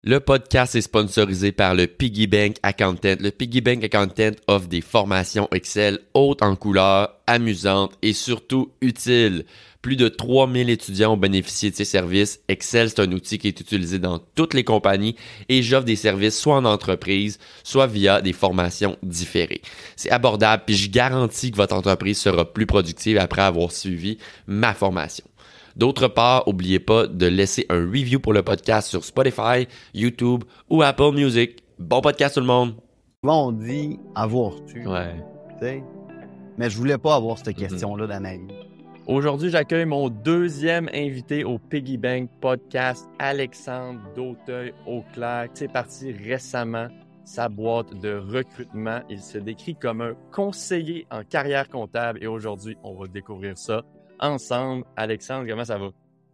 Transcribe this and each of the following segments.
Le podcast est sponsorisé par le Piggy Bank Accountant. Le Piggy Bank Accountant offre des formations Excel hautes en couleurs, amusantes et surtout utiles. Plus de 3000 étudiants ont bénéficié de ces services. Excel, c'est un outil qui est utilisé dans toutes les compagnies et j'offre des services soit en entreprise, soit via des formations différées. C'est abordable puis je garantis que votre entreprise sera plus productive après avoir suivi ma formation. D'autre part, n'oubliez pas de laisser un review pour le podcast sur Spotify, YouTube ou Apple Music. Bon podcast tout le monde! Souvent, on dit avoir tu. Ouais. Sais, mais je voulais pas avoir cette question-là dans ma vie. Aujourd'hui, j'accueille mon deuxième invité au Piggy Bank Podcast, Alexandre d'Auteuil-Auclair. C'est parti récemment sa boîte de recrutement. Il se décrit comme un conseiller en carrière comptable et aujourd'hui, on va découvrir ça ensemble. Alexandre, comment ça va?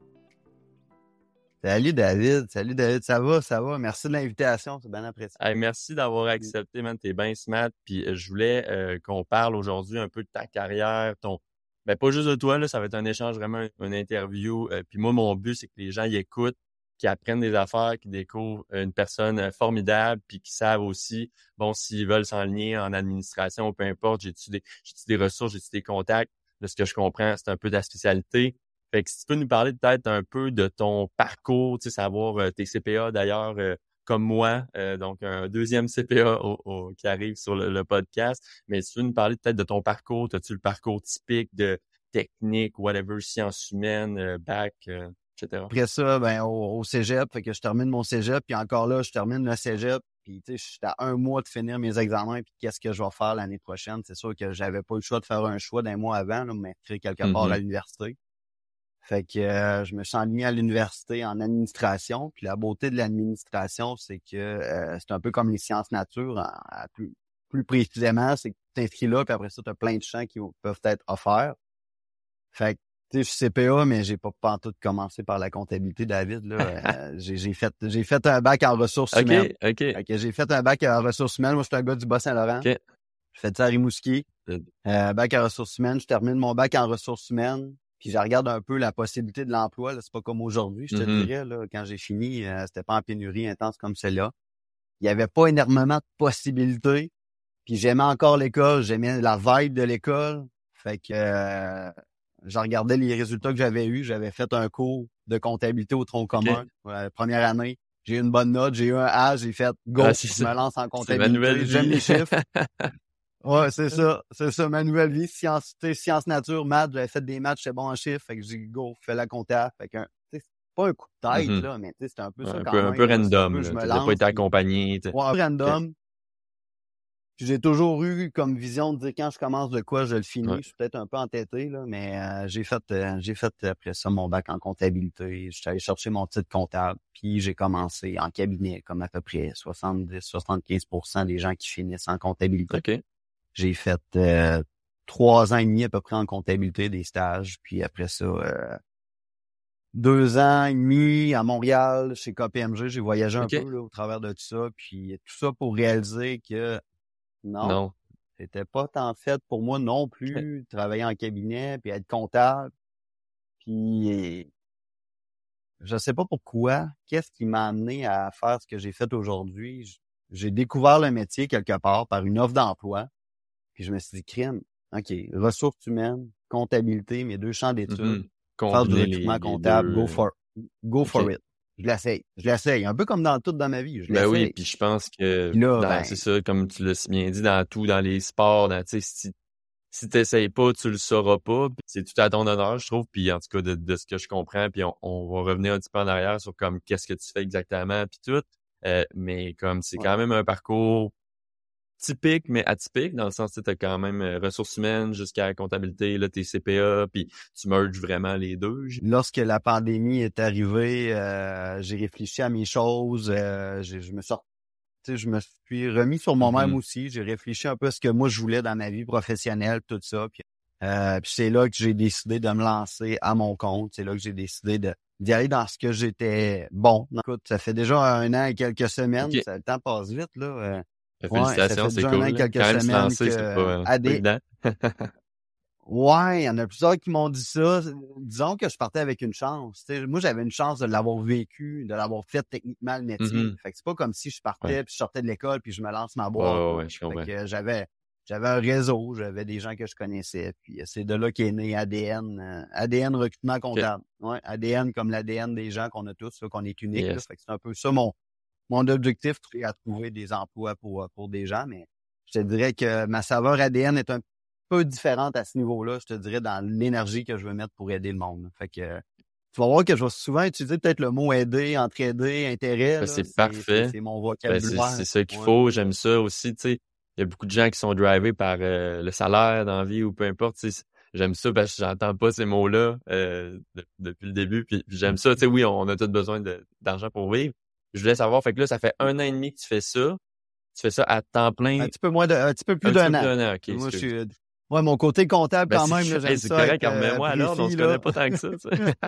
Salut David, ça va. Merci de l'invitation, c'est bien apprécié. Hey, merci d'avoir accepté, man, t'es bien smart. Puis je voulais qu'on parle aujourd'hui un peu de ta carrière, pas juste de toi, là, ça va être un échange, vraiment une interview. Puis moi, mon but, c'est que les gens y écoutent, qui apprennent des affaires, qui découvrent une personne formidable, puis qui savent aussi, bon, s'ils veulent s'enligner en administration ou peu importe, j'ai-tu des ressources, j'ai-tu des contacts. De ce que je comprends, c'est un peu ta spécialité. Fait que si tu peux nous parler peut-être un peu de ton parcours, tu sais, savoir tes CPA d'ailleurs, comme moi, donc un deuxième CPA qui arrive sur le podcast. Mais si tu veux nous parler peut-être de ton parcours, as-tu le parcours typique de technique, whatever, sciences humaines, bac, etc. Après ça, au cégep, fait que je termine mon cégep, puis encore là, je termine le cégep, puis tu sais, je suis à 1 mois de finir mes examens, puis qu'est-ce que je vais faire l'année prochaine? C'est sûr que j'avais pas eu le choix de faire un choix d'un mois avant, là, m'inscrire quelque part à l'université. Fait que je me suis enligné à l'université en administration, puis la beauté de l'administration, c'est que c'est un peu comme les sciences nature, plus précisément, c'est que tu t'inscris là, puis après ça, tu as plein de champs qui peuvent être offerts. Fait que tu sais, je suis CPA, mais j'ai pas pantoute commencé par la comptabilité, David. Là, j'ai fait un bac en ressources humaines. OK. Fait que j'ai fait un bac en ressources humaines. Moi, je suis un gars du Bas-Saint-Laurent. OK. Je fais ça à Rimouski. Bac en ressources humaines. Je termine mon bac en ressources humaines. Puis je regarde un peu la possibilité de l'emploi. Là, c'est pas comme aujourd'hui, je te dirais. Là, quand j'ai fini, c'était pas en pénurie intense comme celle-là. Il y avait pas énormément de possibilités. Puis j'aimais encore l'école. J'aimais la vibe de l'école. Fait que je regardais les résultats que j'avais eus. J'avais fait un cours de comptabilité au tronc commun. Première année. J'ai eu une bonne note. J'ai eu un A. J'ai fait go. Je me lance en comptabilité. J'aime les chiffres. Ouais, c'est ça. Ma nouvelle vie. Sciences nature, maths. J'avais fait des maths. J'étais bon en chiffres. Fait que j'ai dit go, fais la compta. Fait que c'est pas un coup de tête, là, mais c'était un peu ça quand même. Un peu random. Je me lance. T'as pas été accompagné. Ouais, un peu random. Puis j'ai toujours eu comme vision de dire quand je commence de quoi, je le finis. Je suis peut-être un peu entêté, là, mais j'ai fait après ça mon bac en comptabilité. Je suis allé chercher mon titre comptable, puis j'ai commencé en cabinet, comme à peu près 70-75% des gens qui finissent en comptabilité. Okay. J'ai fait 3 ans et demi à peu près en comptabilité, des stages, puis après ça 2 ans et demi à Montréal, chez KPMG. J'ai voyagé un peu là, au travers de tout ça, puis tout ça pour réaliser que non. C'était pas tant fait pour moi non plus, travailler en cabinet, puis être comptable. Puis je sais pas pourquoi, qu'est-ce qui m'a amené à faire ce que j'ai fait aujourd'hui. J'ai découvert le métier quelque part par une offre d'emploi. Puis je me suis dit, crime, OK, ressources humaines, comptabilité, mes 2 champs d'études, faire du recrutement comptable, go for it. Je l'essaye. Un peu comme dans tout dans ma vie. Je l'essaye. Oui, puis je pense que là, c'est ça, comme tu l'as bien dit, dans tout, dans les sports, si t'essayes pas, tu le sauras pas. C'est tout à ton honneur, je trouve. Puis en tout cas, de ce que je comprends, puis on va revenir un petit peu en arrière sur comme qu'est-ce que tu fais exactement, puis tout. Mais comme c'est quand même un parcours typique, mais atypique, dans le sens que tu as quand même ressources humaines jusqu'à la comptabilité, là, tes CPA, puis tu merges vraiment les deux. Lorsque la pandémie est arrivée, j'ai réfléchi à mes choses. Je me suis remis sur moi-même aussi. J'ai réfléchi un peu à ce que moi je voulais dans ma vie professionnelle, tout ça. Puis c'est là que j'ai décidé de me lancer à mon compte. C'est là que j'ai décidé d'y aller dans ce que j'étais bon. Écoute, ça fait déjà 1 an et quelques semaines. Le temps passe vite, là. Félicitations, c'est cool. Quand même se lancer, c'est pas évident. Ouais, il y en a plusieurs qui m'ont dit ça. Disons que je partais avec une chance. T'sais, moi, j'avais une chance de l'avoir vécu, de l'avoir fait techniquement le métier. Mhm. Fait que c'est pas comme si je partais, Ouais. puis je sortais de l'école, puis je me lance ma Ouais, boîte. ouais, Là. ouais, je Fait comprends. que j'avais un réseau, j'avais des gens que je connaissais. Puis c'est de là qu'est né ADN recrutement comptable. Ouais, ADN comme l'ADN des gens qu'on a tous, là, qu'on est unique. Là. Yes. Fait que c'est un peu ça mon objectif, à trouver des emplois pour des gens. Mais je te dirais que ma saveur ADN est un peu différente à ce niveau-là, je te dirais, dans l'énergie que je veux mettre pour aider le monde. Là. Fait que tu vas voir que je vais souvent utiliser peut-être le mot aider, entraider, intérêt. Ben, Là. c'est parfait. C'est mon Ben, vocabulaire. c'est ça qu'il Ouais. faut. J'aime ça aussi, tu sais. Il y a beaucoup de gens qui sont drivés par le salaire dans la vie ou peu importe. Tu sais. J'aime ça parce que j'entends pas ces mots-là depuis le début. Puis j'aime ça. Tu sais, oui, on a tous besoin d'argent pour vivre. Je voulais savoir, fait que là, ça fait 1 an et demi que tu fais ça. Tu fais ça à temps plein. Un petit peu plus Un petit d'un peu plus an. d'un an, OK. Moi, excuse. ouais, mon côté comptable, Ben, quand même, là, j'aime c'est ça correct, être remets-moi à l'ordre, on précis, se connaît là. pas tant que ça, tu sais.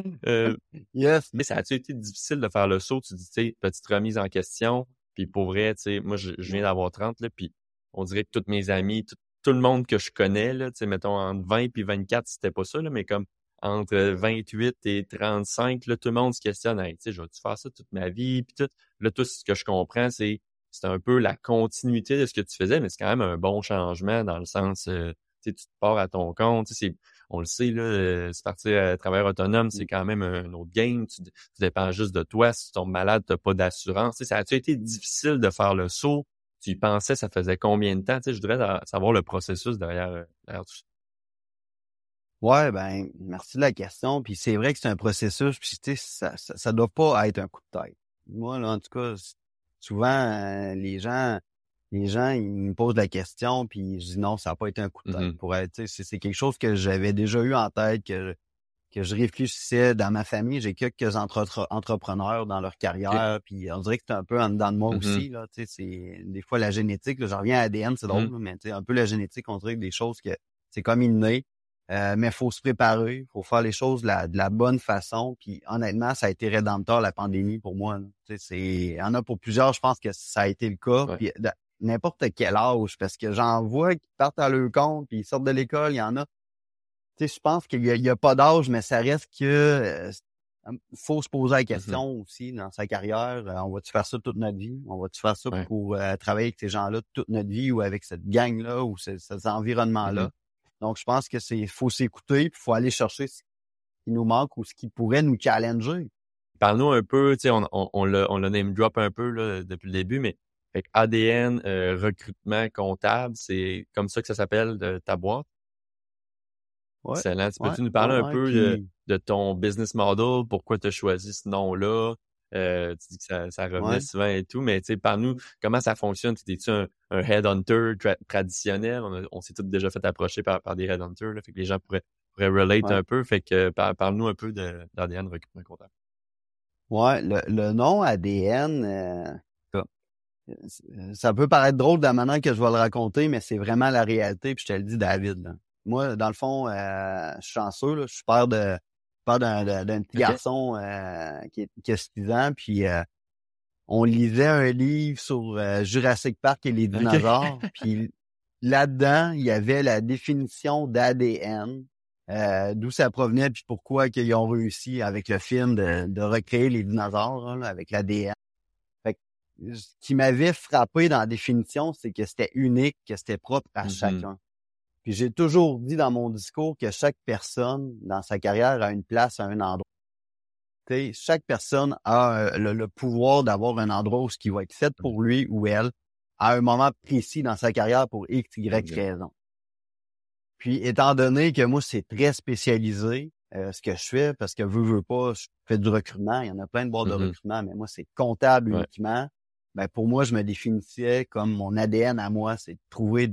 Yes. Mais ça a-tu été difficile de faire le saut? Tu dis, tu sais, petite remise en question, puis pour vrai, tu sais, moi, je viens d'avoir 30, là, puis on dirait que tous mes amis, tout le monde que je connais, là, tu sais, mettons, entre 20 puis 24, c'était pas ça, là, mais comme entre 28 et 35, là, tout le monde se questionne, hey, tu sais, je vais-tu faire ça toute ma vie, puis tout. Là, tout ce que je comprends, c'est un peu la continuité de ce que tu faisais, mais c'est quand même un bon changement dans le sens, tu sais, tu te pars à ton compte, tu sais, on le sait, là, c'est partir à travailleur autonome, c'est quand même un autre game. Tu dépends juste de toi. Si tu tombes malade, tu n'as pas d'assurance. Tu sais, ça a-tu été difficile de faire le saut? Tu y pensais, ça faisait combien de temps? Tu sais, je voudrais savoir le processus derrière tout ça. Ouais, ben, merci de la question. Puis c'est vrai que c'est un processus, puis tu sais, ça doit pas être un coup de tête. Moi, là, en tout cas, souvent, les gens, ils me posent la question, puis je dis non, ça n'a pas été un coup de tête. Mhm. Pour être, tu sais, c'est quelque chose que j'avais déjà eu en tête, que je réfléchissais dans ma famille. J'ai quelques entrepreneurs dans leur carrière, puis on dirait que c'est un peu en dedans de moi Mhm. aussi, là. Tu sais, c'est des fois la génétique, là, j'en reviens à ADN, c'est drôle, là, mais tu sais, un peu la génétique, on dirait que des choses que c'est comme inné. Mais faut se préparer, faut faire les choses de la bonne façon. Puis honnêtement, ça a été rédempteur la pandémie pour moi. Là. Tu sais, il y en a pour plusieurs, je pense que ça a été le cas. Ouais. Puis n'importe quel âge, parce que j'en vois qui partent à leur compte, puis ils sortent de l'école, il y en a. Tu sais, je pense qu'il y a pas d'âge, mais ça reste que faut se poser la question aussi dans sa carrière. On va-tu faire ça toute notre vie? On va-tu faire ça pour travailler avec ces gens-là toute notre vie ou avec cette gang-là ou cet environnement-là? Donc, je pense que faut s'écouter, puis faut aller chercher ce qui nous manque ou ce qui pourrait nous challenger. Parle-nous un peu, tu sais, on l'a name drop un peu là, depuis le début, mais fait que ADN, recrutement comptable, c'est comme ça que ça s'appelle ta boîte? Ouais, Excellent. Tu peux-tu nous parler un peu puis, de ton business model? Pourquoi tu as choisi ce nom-là? Tu dis que ça revenait souvent et tout, mais tu sais, parle-nous comment ça fonctionne. Es-tu un headhunter traditionnel? On s'est tous déjà fait approcher par des headhunters, là, fait que les gens pourraient relate un peu. Fait que parle-nous un peu d'ADN recrutement comptable. Ouais, le nom ADN, ça peut paraître drôle de la manière que je vais le raconter, mais c'est vraiment la réalité, puis je te le dis, David. Là. Moi, dans le fond, je suis chanceux, là, je suis père d'un petit garçon qui a 6 ans, puis on lisait un livre sur Jurassic Park et les dinosaures, puis là-dedans, il y avait la définition d'ADN, d'où ça provenait, puis pourquoi qu'ils ont réussi avec le film de recréer les dinosaures là, avec l'ADN. Ce qui m'avait frappé dans la définition, c'est que c'était unique, que c'était propre à chacun. Puis j'ai toujours dit dans mon discours que chaque personne dans sa carrière a une place à un endroit. T'sais, chaque personne a le pouvoir d'avoir un endroit où ce qui va être fait pour lui ou elle à un moment précis dans sa carrière pour X, Y raison. Puis étant donné que moi, c'est très spécialisé ce que je fais, parce que veux pas, je fais du recrutement, il y en a plein de boîtes de recrutement, mais moi, c'est comptable uniquement. Ben pour moi, je me définissais comme mon ADN à moi, c'est de trouver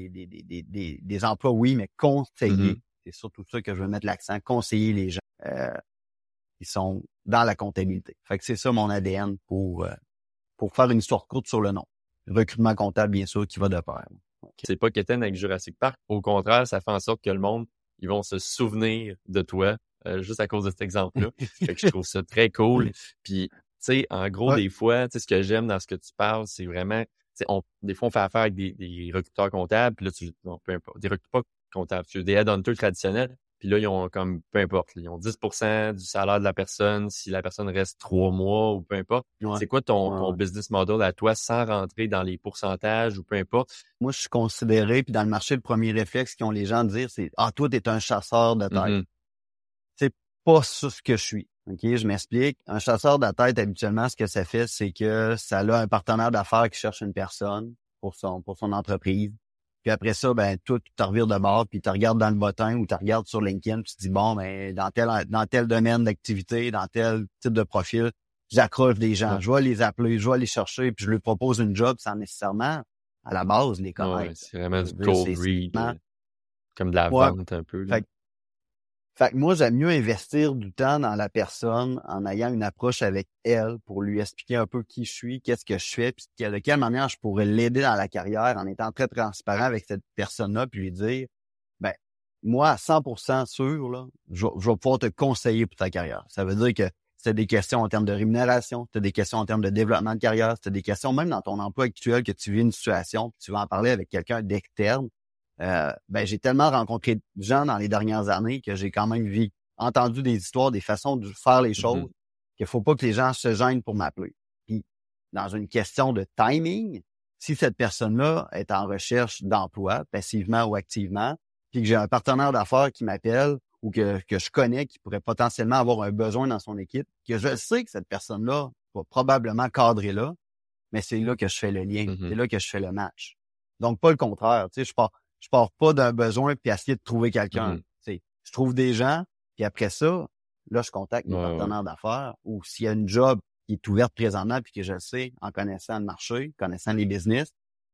des emplois, oui, mais conseiller. C'est surtout ça que je veux mettre l'accent, conseiller les gens qui sont dans la comptabilité. Fait que c'est ça mon ADN pour faire une histoire courte sur le nom. Recrutement comptable, bien sûr, qui va de pair. Okay. C'est pas quétaine avec Jurassic Park. Au contraire, ça fait en sorte que le monde, ils vont se souvenir de toi juste à cause de cet exemple-là. Fait que je trouve ça très cool. Puis tu sais, en gros, des fois, tu sais, ce que j'aime dans ce que tu parles, c'est vraiment, tu sais, des fois, on fait affaire avec des recruteurs comptables, puis là, peu importe, pas comptable. C'est des headhunters traditionnels. Puis là, ils ont comme, peu importe, ils ont 10% du salaire de la personne si la personne reste 3 mois ou peu importe. Ouais. C'est quoi ton business model à toi sans rentrer dans les pourcentages ou peu importe? Moi, je suis considéré, puis dans le marché, le premier réflexe qu'ont les gens de dire, c'est « Ah, toi, t'es un chasseur de tête. Mm-hmm. » C'est pas ça ce que je suis. OK, je m'explique. Un chasseur de tête, habituellement, ce que ça fait, c'est que ça a un partenaire d'affaires qui cherche une personne pour son entreprise. Puis après ça, ben, toi, tu te revires de bord, puis tu regardes dans le bottin ou tu regardes sur LinkedIn, puis tu te dis, bon, ben, dans tel domaine d'activité, dans tel type de profil, j'accroche des gens. Je vais les appeler, je vais les chercher, puis je leur propose une job sans nécessairement, à la base, les connaître. Ouais, c'est vraiment du cold read, comme de la vente un peu. Là. Fait que moi, j'aime mieux investir du temps dans la personne en ayant une approche avec elle pour lui expliquer un peu qui je suis, qu'est-ce que je fais, puis de quelle manière je pourrais l'aider dans la carrière en étant très transparent avec cette personne-là, puis lui dire, ben, moi, à 100% sûr, là, je vais pouvoir te conseiller pour ta carrière. Ça veut dire que c'est des questions en termes de rémunération, c'est des questions en termes de développement de carrière, c'est des questions même dans ton emploi actuel que tu vis une situation, puis tu vas en parler avec quelqu'un d'externe. Ben, j'ai tellement rencontré de gens dans les dernières années que j'ai quand même entendu des histoires, des façons de faire les choses, qu'il faut pas que les gens se gênent pour m'appeler. Puis, dans une question de timing, si cette personne-là est en recherche d'emploi, passivement ou activement, puis que j'ai un partenaire d'affaires qui m'appelle ou que je connais qui pourrait potentiellement avoir un besoin dans son équipe, que je sais que cette personne-là va probablement cadrer là, mais c'est là que je fais le lien, c'est là que je fais le match. Donc, pas le contraire. Tu sais, je pars pas d'un besoin puis essayer de trouver quelqu'un. Je trouve des gens, puis après ça, là, je contacte mes partenaires d'affaires ou s'il y a une job qui est ouverte présentement puis que je sais, en connaissant le marché, connaissant les business,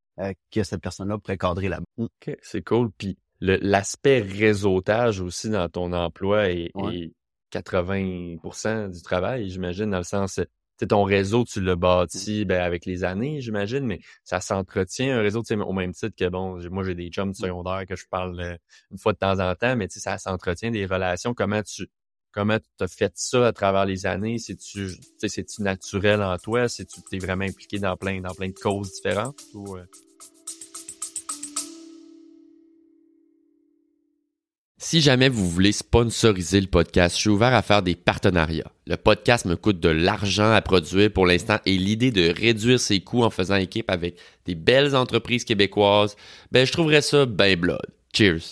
que cette personne-là pourrait cadrer là-bas. OK, c'est cool. Puis l'aspect réseautage aussi dans ton emploi est 80% du travail, j'imagine, dans le sens... ton réseau, tu l'as bâti avec les années, j'imagine, mais ça s'entretient, un réseau, au même titre que, bon, moi, j'ai des chums secondaires que je parle une fois de temps en temps, mais ça s'entretient des relations. Comment tu as fait ça à travers les années? C'est-tu naturel en toi? C'est-tu t'es vraiment impliqué dans plein de causes différentes? Ou, Si jamais vous voulez sponsoriser le podcast, je suis ouvert à faire des partenariats. Le podcast me coûte de l'argent à produire pour l'instant et l'idée de réduire ses coûts en faisant équipe avec des belles entreprises québécoises, ben je trouverais ça ben blood. Cheers!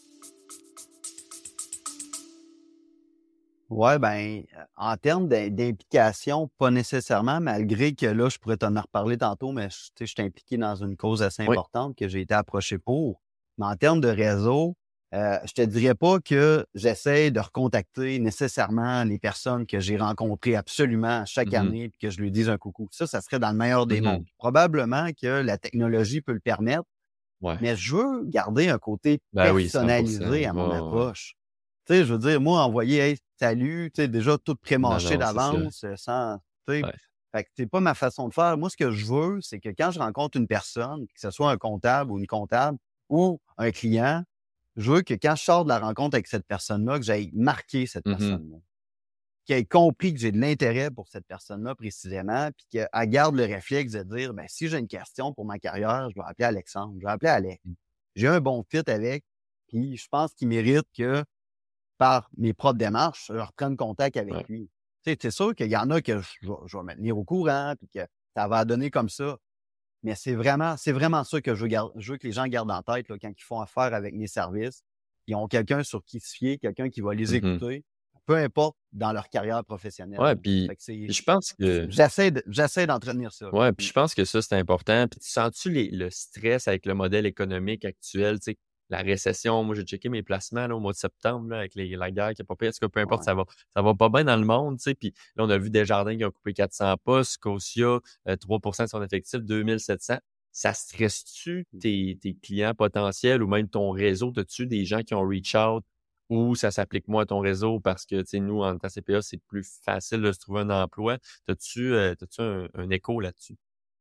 Ouais, ben, en termes d'implication, pas nécessairement, malgré que là, je pourrais t'en reparler tantôt, mais je suis impliqué dans une cause assez importante que j'ai été approché pour. Mais en termes de réseau, je te dirais pas que j'essaie de recontacter nécessairement les personnes que j'ai rencontrées absolument chaque année et que je lui dise un coucou. Ça serait dans le meilleur des mondes. Probablement que la technologie peut le permettre, mais je veux garder un côté personnalisé à mon approche. Tu sais, je veux dire, moi, envoyer « Hey, salut », tu sais, déjà tout pré-mâché d'avance, sans... Tu sais, fait que c'est pas ma façon de faire. Moi, ce que je veux, c'est que quand je rencontre une personne, que ce soit un comptable ou une comptable ou un client, je veux que quand je sors de la rencontre avec cette personne-là, que j'aille marquer cette personne-là. Qu'elle ait compris que j'ai de l'intérêt pour cette personne-là précisément, puis qu'elle garde le réflexe de dire, ben si j'ai une question pour ma carrière, je vais appeler Alexandre, je vais appeler Alex. J'ai un bon fit avec, puis je pense qu'il mérite que, par mes propres démarches, je reprenne contact avec lui. Tu sais, c'est sûr qu'il y en a que je vais me tenir au courant, puis que ça va donner comme ça. Mais c'est vraiment ça que je veux que les gens gardent en tête là, quand ils font affaire avec mes services. Ils ont quelqu'un sur qui se fier, quelqu'un qui va les écouter, peu importe dans leur carrière professionnelle. Ouais, puis je pense que... J'essaie d'entretenir ça. Ouais, puis je pense que ça, c'est important. Puis tu sens-tu le stress avec le modèle économique actuel, tu sais, la récession? Moi, j'ai checké mes placements là, au mois de septembre là, avec la guerre qui a pas payé. Est-ce que peu importe, ça va pas bien dans le monde, tu sais. Puis là, on a vu Desjardins qui ont coupé 400 postes, Scotia, 3% de son effectif, 2700. Ça stresse-tu tes clients potentiels ou même ton réseau? As-tu des gens qui ont reach out ou ça s'applique moins à ton réseau parce que, tu sais, nous, en tant que CPA, c'est plus facile de se trouver un emploi. T'as-tu un écho là-dessus?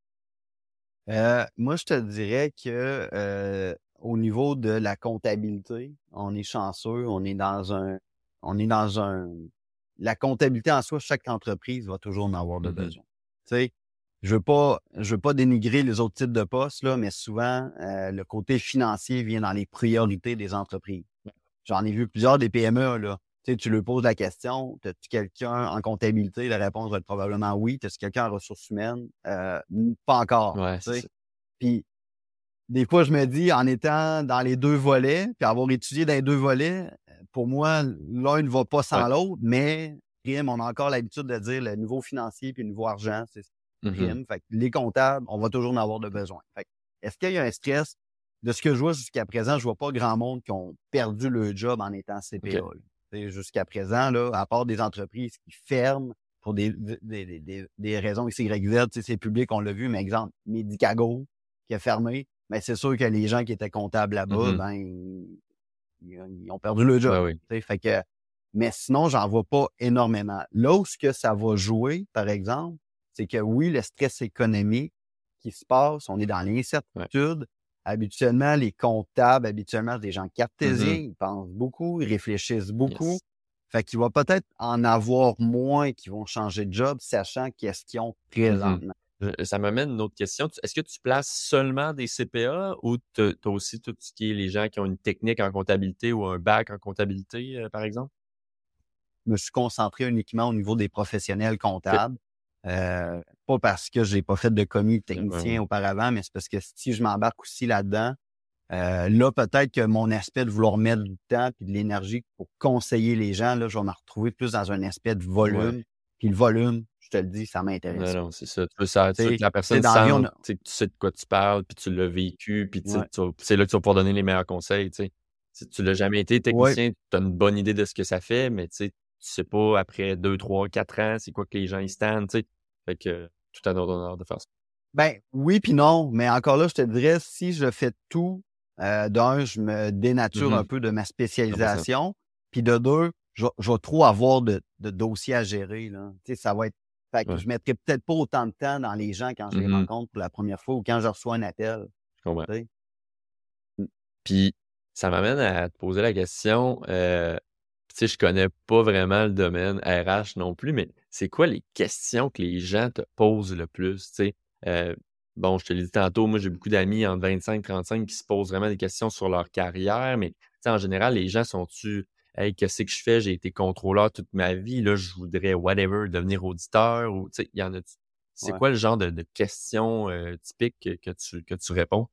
Moi, je te dirais que au niveau de la comptabilité, on est chanceux, on est dans la comptabilité en soi, chaque entreprise va toujours en avoir de besoin. Tu sais, je veux pas dénigrer les autres types de postes, là, mais souvent, le côté financier vient dans les priorités des entreprises. J'en ai vu plusieurs des PME, là. Tu sais, tu leur poses la question, as-tu quelqu'un en comptabilité? La réponse va être probablement oui. As-tu quelqu'un en ressources humaines? Pas encore. Ouais, Tu c'est sais. ça. Puis, des fois, je me dis, en étant dans les deux volets, puis avoir étudié dans les deux volets, pour moi, l'un ne va pas sans Ouais. l'autre, mais prime, on a encore l'habitude de dire le niveau financier puis le niveau argent, c'est prime. Fait que les comptables, on va toujours en avoir de besoin. Fait que, est-ce qu'il y a un stress? De ce que je vois jusqu'à présent, je vois pas grand monde qui ont perdu le job en étant CPA. OK. Jusqu'à présent, là, à part des entreprises qui ferment pour des raisons X, Y, Z, c'est public, on l'a vu, mais exemple, Medicago qui a fermé, mais c'est sûr que les gens qui étaient comptables là-bas, ben, ils ont perdu le job. Ouais, oui. Fait que, mais sinon, j'en vois pas énormément. Là où ce que ça va jouer, par exemple, c'est que oui, le stress économique qui se passe, on est dans l'incertitude. Ouais. Habituellement, les comptables, c'est des gens cartésiens, ils pensent beaucoup, ils réfléchissent beaucoup. Yes. Fait qu'il va peut-être en avoir moins qui vont changer de job, sachant qu'est-ce qu'ils ont présentement. Ça m'amène une autre question. Est-ce que tu places seulement des CPA ou tu as aussi tout ce qui est les gens qui ont une technique en comptabilité ou un bac en comptabilité, par exemple? Je me suis concentré uniquement au niveau des professionnels comptables. Okay. Pas parce que j'ai pas fait de commis technicien auparavant, mais c'est parce que si je m'embarque aussi là-dedans, là, peut-être que mon aspect de vouloir mettre du temps et de l'énergie pour conseiller les gens, là, je vais me retrouver plus dans un aspect de volume. Puis le volume, je te le dis, ça m'intéresse. Non, c'est ça. Tu veux que la personne sente que tu sais de quoi tu parles, puis tu l'as vécu, puis c'est là que tu vas pouvoir donner les meilleurs conseils. T'sais. Si tu l'as jamais été technicien, tu as une bonne idée de ce que ça fait, mais tu sais pas après 2, 3, 4 ans, c'est quoi que les gens y standent. Fait que tout à notre honneur de faire ça. Ben oui puis non, mais encore là, je te dirais, si je fais tout, d'un, je me dénature un peu de ma spécialisation, puis de deux, je vais trop avoir de dossiers à gérer. Là. Tu sais, ça va être. Fait que je mettrai peut-être pas autant de temps dans les gens quand je les rencontre pour la première fois ou quand je reçois un appel. Je comprends. Puis ça m'amène à te poser la question. Tu sais, je connais pas vraiment le domaine RH non plus, mais c'est quoi les questions que les gens te posent le plus, tu sais? Bon, je te l'ai dit tantôt, moi, j'ai beaucoup d'amis entre 25 et 35 qui se posent vraiment des questions sur leur carrière, mais tu sais, en général, les gens sont-tu « Hey, qu'est-ce que je fais? J'ai été contrôleur toute ma vie, là, je voudrais, whatever, devenir auditeur. » ou tu sais, il y en a... C'est quoi le genre de questions typiques que tu réponds?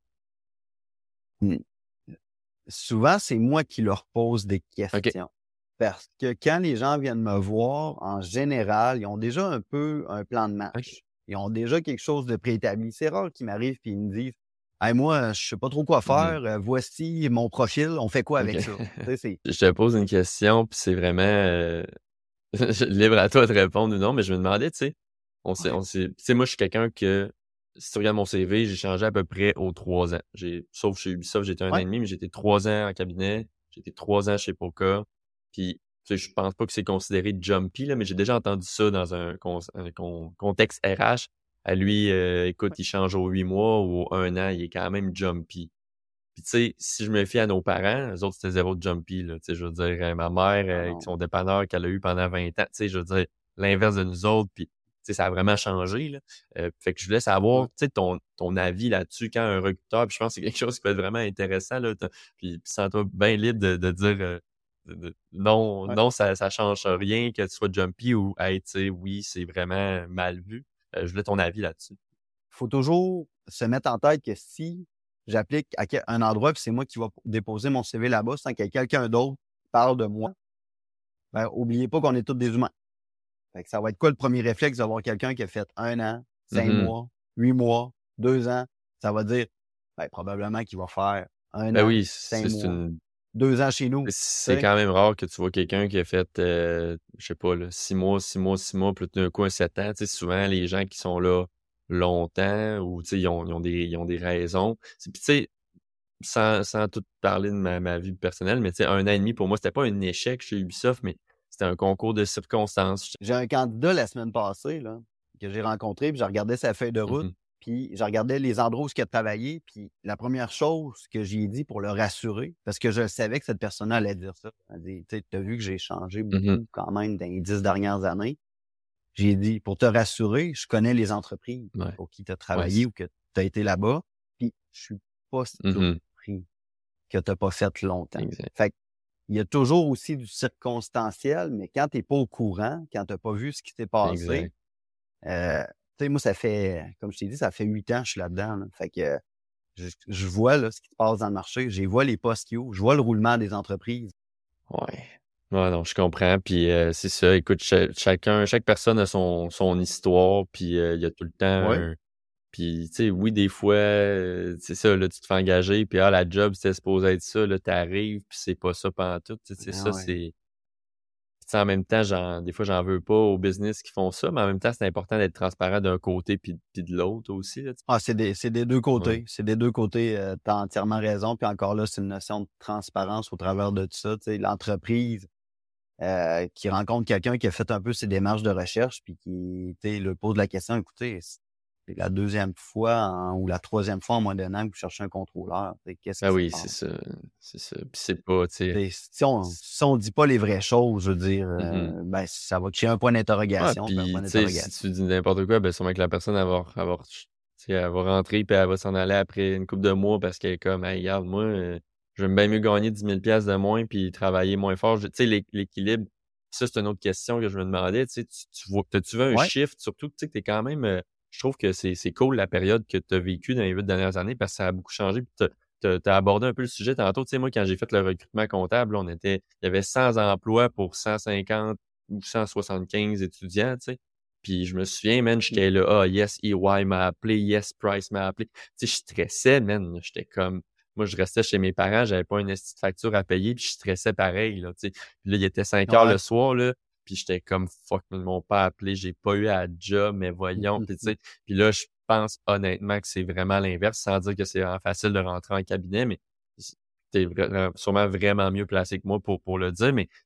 Souvent, c'est moi qui leur pose des questions. Okay. Parce que quand les gens viennent me voir, en général, ils ont déjà un peu un plan de match. Okay. Ils ont déjà quelque chose de préétabli. C'est rare qu'ils m'arrivent et ils me disent « Hey, moi, je sais pas trop quoi faire. Voici mon profil. On fait quoi avec ça? » Je te pose une question, puis c'est vraiment libre à toi de répondre ou non, mais je me demandais, tu sais, tu sais, moi, je suis quelqu'un que, si tu regardes mon CV, j'ai changé à peu près aux 3 ans. Sauf chez Ubisoft, j'étais 1 an et demi, mais j'étais 3 ans en cabinet. J'étais 3 ans chez Poca. Puis, tu sais, je pense pas que c'est considéré jumpy, là, mais j'ai déjà entendu ça dans un contexte RH. À lui, écoute, il change aux 8 mois ou aux 1 an, il est quand même jumpy. Puis, tu sais, si je me fie à nos parents, eux autres, c'était zéro jumpy, là. Tu sais, je veux dire, ma mère, avec son dépanneur qu'elle a eu pendant 20 ans, tu sais, je veux dire, l'inverse de nous autres. Puis, tu sais, ça a vraiment changé, là. Fait que je voulais savoir, tu sais, ton avis là-dessus quand un recruteur, puis je pense que c'est quelque chose qui peut être vraiment intéressant, là. Puis sens-toi bien libre de dire non, ça change rien que tu sois jumpy ou, hey, tu sais, oui, c'est vraiment mal vu. Je voulais ton avis là-dessus. Faut toujours se mettre en tête que si j'applique à un endroit puis c'est moi qui vais déposer mon CV là-bas sans que quelqu'un d'autre parle de moi, ben, oubliez pas qu'on est tous des humains. Fait que ça va être quoi le premier réflexe d'avoir quelqu'un qui a fait 1 an, 5 mois, 8 mois, 2 ans? Ça va dire, ben, probablement qu'il va faire 1 an, 5 mois, 2 ans chez nous. C'est quand même rare que tu vois quelqu'un qui a fait, je sais pas, là, 6 mois, puis d'un coup, un 7 ans. Tu sais, souvent, les gens qui sont là longtemps ou, tu sais, ils ont des raisons. Puis, tu sais, sans tout parler de ma vie personnelle, mais tu sais, 1 an et demi, pour moi, c'était pas un échec chez Ubisoft, mais c'était un concours de circonstances. J'ai un candidat la semaine passée, là, que j'ai rencontré, puis je regardais sa feuille de route, puis je regardais les endroits où il a travaillé, puis la première chose que j'ai dit pour le rassurer, parce que je savais que cette personne-là allait dire ça, elle dit, tu sais, t'as vu que j'ai changé beaucoup quand même dans les 10 dernières années. J'ai dit, pour te rassurer, je connais les entreprises pour qui tu as travaillé ou que tu as été là-bas, puis je suis pas surpris que tu n'as pas fait longtemps. Exact. Fait il y a toujours aussi du circonstanciel, mais quand tu n'es pas au courant, quand tu n'as pas vu ce qui s'est passé, tu sais, moi, ça fait, comme je t'ai dit, ça fait 8 ans que je suis là-dedans. Là. Fait que je vois là, ce qui se passe dans le marché, je vois les postes qui ouvrent, je vois le roulement des entreprises. Ouais. Ouais, non, je comprends. Puis c'est ça, écoute, chaque personne a son histoire, puis il y a tout le temps Puis, tu sais, oui, des fois, c'est ça, là, tu te fais engager, puis la job, c'était supposé être ça, là, t'arrives, puis c'est pas ça pantoute, tu sais, ça, c'est... Puis, tu sais, en même temps, des fois, j'en veux pas aux business qui font ça, mais en même temps, c'est important d'être transparent d'un côté puis de l'autre aussi, là, c'est des deux côtés. C'est des deux côtés, t'as entièrement raison. Puis encore là, c'est une notion de transparence au travers de tout ça. Tu sais, l'entreprise qui rencontre quelqu'un qui a fait un peu ses démarches de recherche, puis qui lui pose la question, écoutez, c'est la deuxième fois ou la troisième fois en moins d'un an que vous cherchez un contrôleur. Qu'est-ce qui se passe? C'est ça. Puis c'est pas, tu sais... Si on dit pas les vraies choses, je veux dire, ben ça va créer un point d'interrogation. Puis, tu sais, si tu dis n'importe quoi, ben sûrement que la personne, elle va rentrer, puis elle va s'en aller après une couple de mois parce qu'elle est comme, hey, regarde, moi, j'aime bien mieux gagner 10 000 $ de moins puis travailler moins fort. Tu sais, l'équilibre, ça, c'est une autre question que je me demandais. Tu sais, t'as-tu vu un shift? Surtout que tu sais, que t'es quand même... je trouve que c'est cool la période que tu as vécue dans les 8 dernières années parce que ça a beaucoup changé. Puis t'as abordé un peu le sujet tantôt. Tu sais, moi, quand j'ai fait le recrutement comptable, il y avait 100 emplois pour 150 ou 175 étudiants, tu sais. Puis je me souviens, man, j'étais là, yes, EY m'a appelé, yes, Price m'a appelé. Tu sais, je stressais, man. J'étais comme... Moi, je restais chez mes parents, j'avais pas une petite facture à payer, puis je stressais pareil, là, tu sais. Puis là, il était 5 heures le soir, là, puis j'étais comme, fuck, ils m'ont pas appelé, j'ai pas eu à job, mais voyons, puis tu sais. Puis là, je pense honnêtement que c'est vraiment l'inverse, sans dire que c'est vraiment facile de rentrer en cabinet, mais t'es sûrement vraiment mieux placé que moi pour le dire, mais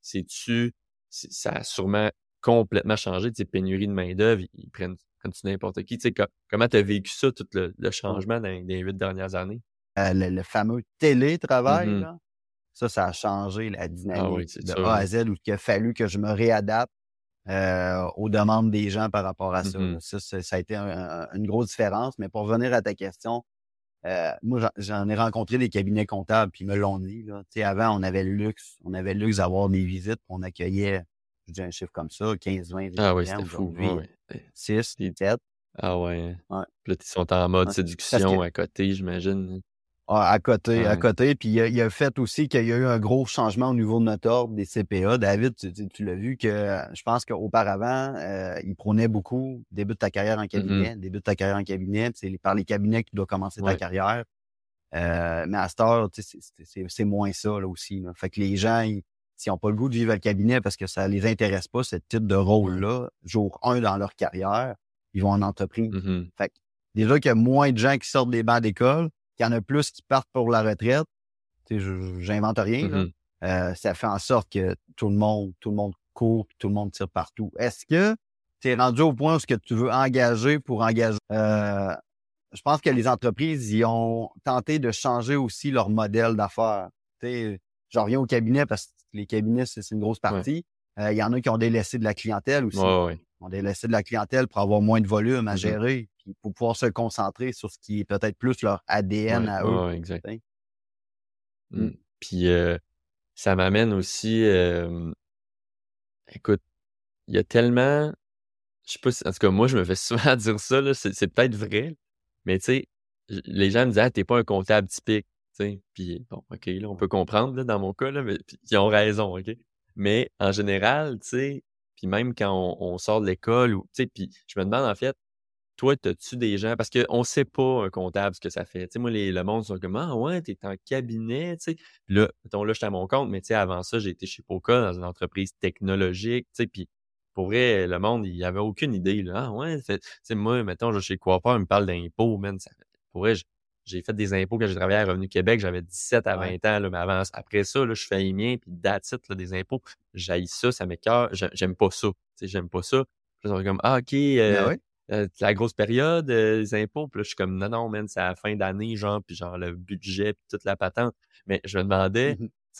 ça a sûrement complètement changé, tu sais, pénurie de main-d'œuvre, ils prennent-tu n'importe qui, tu sais, comment t'as vécu ça, tout le changement dans les 8 dernières années? Le fameux télétravail, là, ça a changé la dynamique de A à Z, où il a fallu que je me réadapte aux demandes des gens par rapport à ça. Ça a été une grosse différence. Mais pour revenir à ta question, moi, j'en ai rencontré des cabinets comptables, puis ils me l'ont dit. Là. Avant, on avait le luxe d'avoir des visites, on accueillait, je dis un chiffre comme ça, 15-20 étudiants. Ah oui, c'était fou. 6, 7. Ah ouais. Puis là, ils sont en mode séduction à côté, j'imagine. À côté. Puis il y a fait aussi qu'il y a eu un gros changement au niveau de notre ordre des CPA. David, tu l'as vu que je pense qu'auparavant, il prônait beaucoup début de ta carrière en cabinet. C'est par les cabinets que tu dois commencer ta carrière. Mais à cette heure, c'est moins ça là aussi. Là. Fait que les gens, s'ils n'ont pas le goût de vivre le cabinet parce que ça les intéresse pas, ce type de rôle-là, jour 1 dans leur carrière, ils vont en entreprise. Fait que déjà qu'il y a moins de gens qui sortent des bancs d'école, qu'il y en a plus qui partent pour la retraite. J'invente rien. Là. Ça fait en sorte que tout le monde court, puis tout le monde tire partout. Est-ce que tu es rendu au point où que tu veux engager pour engager? Je pense que les entreprises, ils ont tenté de changer aussi leur modèle d'affaires. J'en reviens au cabinet parce que les cabinets, c'est une grosse partie. Il y en a qui ont délaissé de la clientèle aussi. Ils ont délaissé de la clientèle pour avoir moins de volume à gérer, puis pour pouvoir se concentrer sur ce qui est peut-être plus leur ADN à eux. Exact. Puis ça m'amène aussi... écoute, il y a tellement... Je sais pas si... En tout cas, moi, je me fais souvent dire ça, là, c'est peut-être vrai, mais tu sais, les gens me disent « Ah, t'es pas un comptable typique. » Puis bon, OK, là, on peut comprendre là, dans mon cas, là, mais ils ont raison, OK? Mais en général, tu sais, puis même quand on sort de l'école, ou tu sais, puis je me demande en fait, toi, t'as-tu des gens, parce qu'on sait pas un comptable ce que ça fait. Tu sais, moi, le monde sont comme « Ah ouais, t'es en cabinet, tu sais. » Là, mettons, là, j'étais à mon compte, mais tu sais, avant ça, j'ai été chez Poca dans une entreprise technologique, tu sais, puis pour vrai, le monde, il avait aucune idée, là. Ah ouais, tu sais, moi, mettons, je suis chez Coiffeur, il me parle d'impôts, man. Pour vrai, j'ai fait des impôts quand j'ai travaillé à Revenu Québec, j'avais 17 à 20 ans, là, mais après ça, là, je fais les miens, puis that's it, là, des impôts. J'haïs ça m'écoeure, j'aime pas ça. Tu sais, j'aime pas ça. Puis là, on est comme, ah, OK, la grosse période, les impôts. Puis là, je suis comme, non, man, c'est à la fin d'année, genre, puis genre le budget, puis toute la patente. Mais je me demandais, tu sais,